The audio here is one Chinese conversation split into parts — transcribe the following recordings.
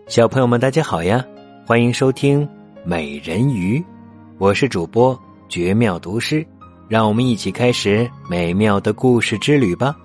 小朋友们大家好呀，欢迎收听美人鱼，我是主播绝妙读诗，让我们一起开始美妙的故事之旅吧。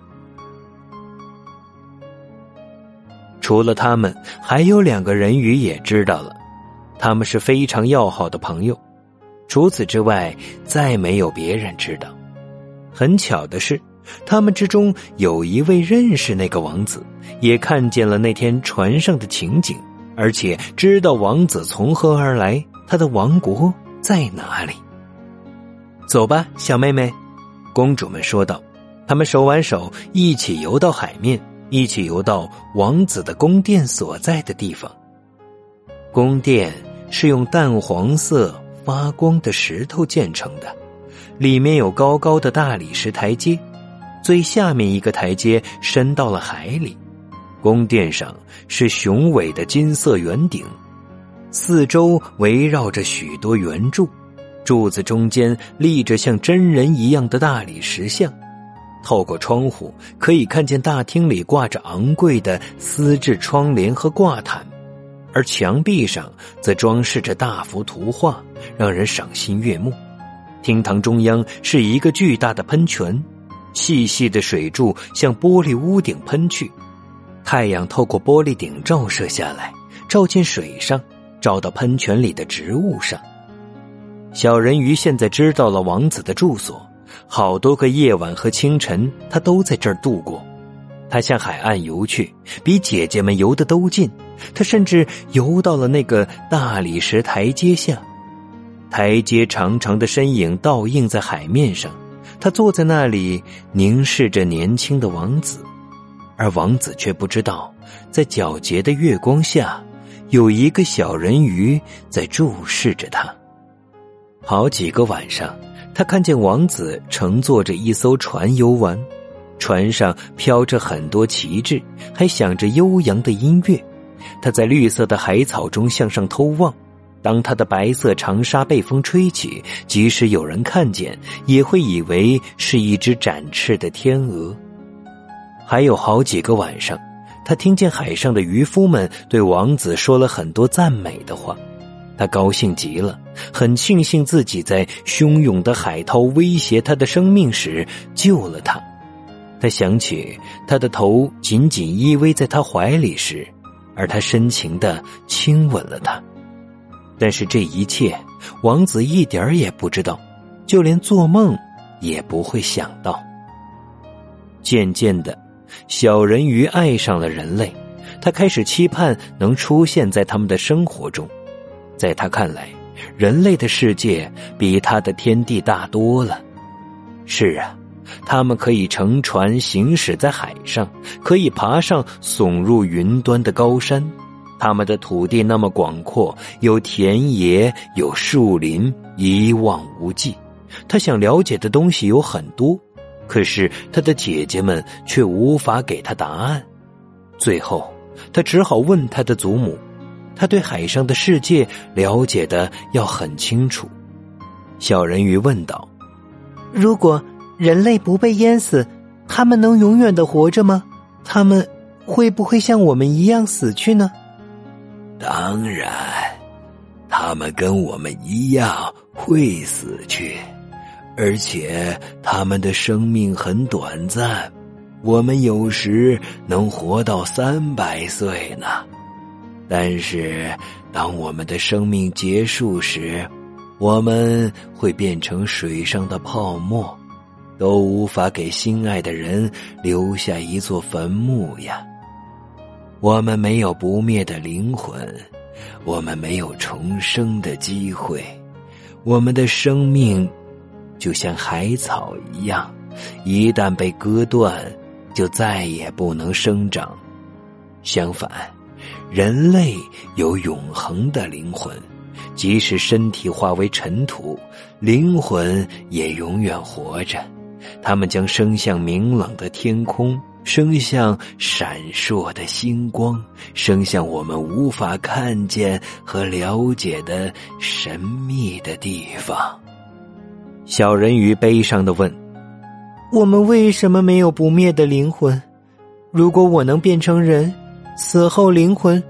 除了他们，还有2个人鱼也知道了，他们是非常要好的朋友，除此之外再没有别人知道。很巧的是，他们之中有一位认识那个王子，也看见了那天船上的情景，而且知道王子从何而来，他的王国在哪里。走吧，小妹妹，公主们说道。他们手挽手一起游到海面，一起游到王子的宫殿所在的地方。宫殿是用淡黄色发光的石头建成的，里面有高高的大理石台阶，最下面一个台阶伸到了海里。宫殿上是雄伟的金色圆顶，四周围绕着许多圆柱，柱子中间立着像真人一样的大理石像。透过窗户可以看见大厅里挂着昂贵的丝质窗帘和挂毯，而墙壁上则装饰着大幅图画，让人赏心悦目。厅堂中央是一个巨大的喷泉，细细的水柱向玻璃屋顶喷去，太阳透过玻璃顶照射下来，照进水上，照到喷泉里的植物上。小人鱼现在知道了王子的住所，好多个夜晚和清晨他都在这儿度过。他向海岸游去，比姐姐们游得都近，他甚至游到了那个大理石台阶下。台阶长长的身影倒映在海面上，他坐在那里凝视着年轻的王子，而王子却不知道，在皎洁的月光下，有一个小人鱼在注视着他。好几个晚上，他看见王子乘坐着一艘船游玩，船上飘着很多旗帜，还响着悠扬的音乐。他在绿色的海草中向上偷望，当他的白色长纱被风吹起，即使有人看见，也会以为是一只展翅的天鹅。还有好几个晚上，他听见海上的渔夫们对王子说了很多赞美的话。他高兴极了，很庆幸自己在汹涌的海涛威胁他的生命时救了他。他想起他的头紧紧依偎在他怀里时，而他深情地亲吻了他。但是这一切，王子一点儿也不知道，就连做梦也不会想到。渐渐的，小人鱼爱上了人类，他开始期盼能出现在他们的生活中。在他看来，人类的世界比他的天地大多了。是啊，他们可以乘船行驶在海上，可以爬上耸入云端的高山。他们的土地那么广阔，有田野，有树林，一望无际。他想了解的东西有很多，可是他的姐姐们却无法给他答案。最后，他只好问他的祖母，他对海上的世界了解的要很清楚。小人鱼问道：如果人类不被淹死，他们能永远的活着吗？他们会不会像我们一样死去呢？ 当然，他们跟我们一样会死去，而且他们的生命很短暂，我们有时能活到300岁呢。但是当我们的生命结束时，我们会变成水上的泡沫，都无法给心爱的人留下一座坟墓呀。我们没有不灭的灵魂，我们没有重生的机会，我们的生命就像海草一样，一旦被割断，就再也不能生长。相反，人类有永恒的灵魂，即使身体化为尘土，灵魂也永远活着。他们将升向明朗的天空，升向闪烁的星光，升向我们无法看见和了解的神秘的地方。 小人鱼悲伤地问：我们为什么没有不灭的灵魂？如果我能变成人，死后灵魂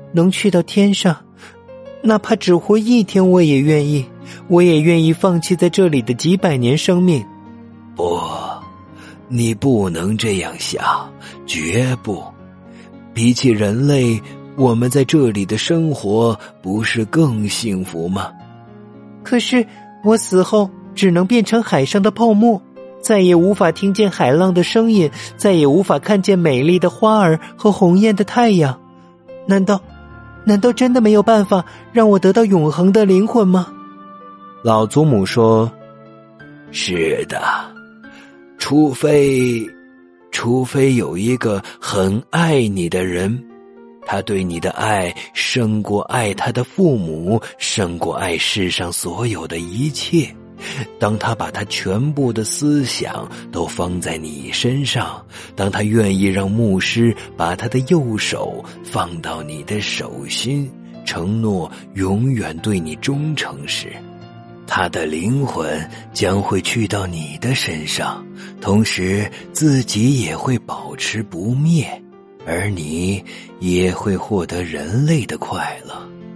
能去到天上，哪怕只活1天我也愿意，我也愿意放弃在这里的几百年生命。 不，你不能这样想，绝不。比起人类，我们在这里的生活不是更幸福吗？ 可是我死后只能变成海上的泡沫，再也无法听见海浪的声音，再也无法看见美丽的花儿和红艳的太阳。难道真的没有办法让我得到永恒的灵魂吗？ 老祖母说，是的，除非有一个很爱你的人，他对你的爱胜过爱他的父母，胜过爱世上所有的一切。当他把他全部的思想都放在你身上，当他愿意让牧师把他的右手放到你的手心，承诺永远对你忠诚时，他的灵魂将会去到你的身上，同时自己也会保持不灭，而你也会获得人类的快乐。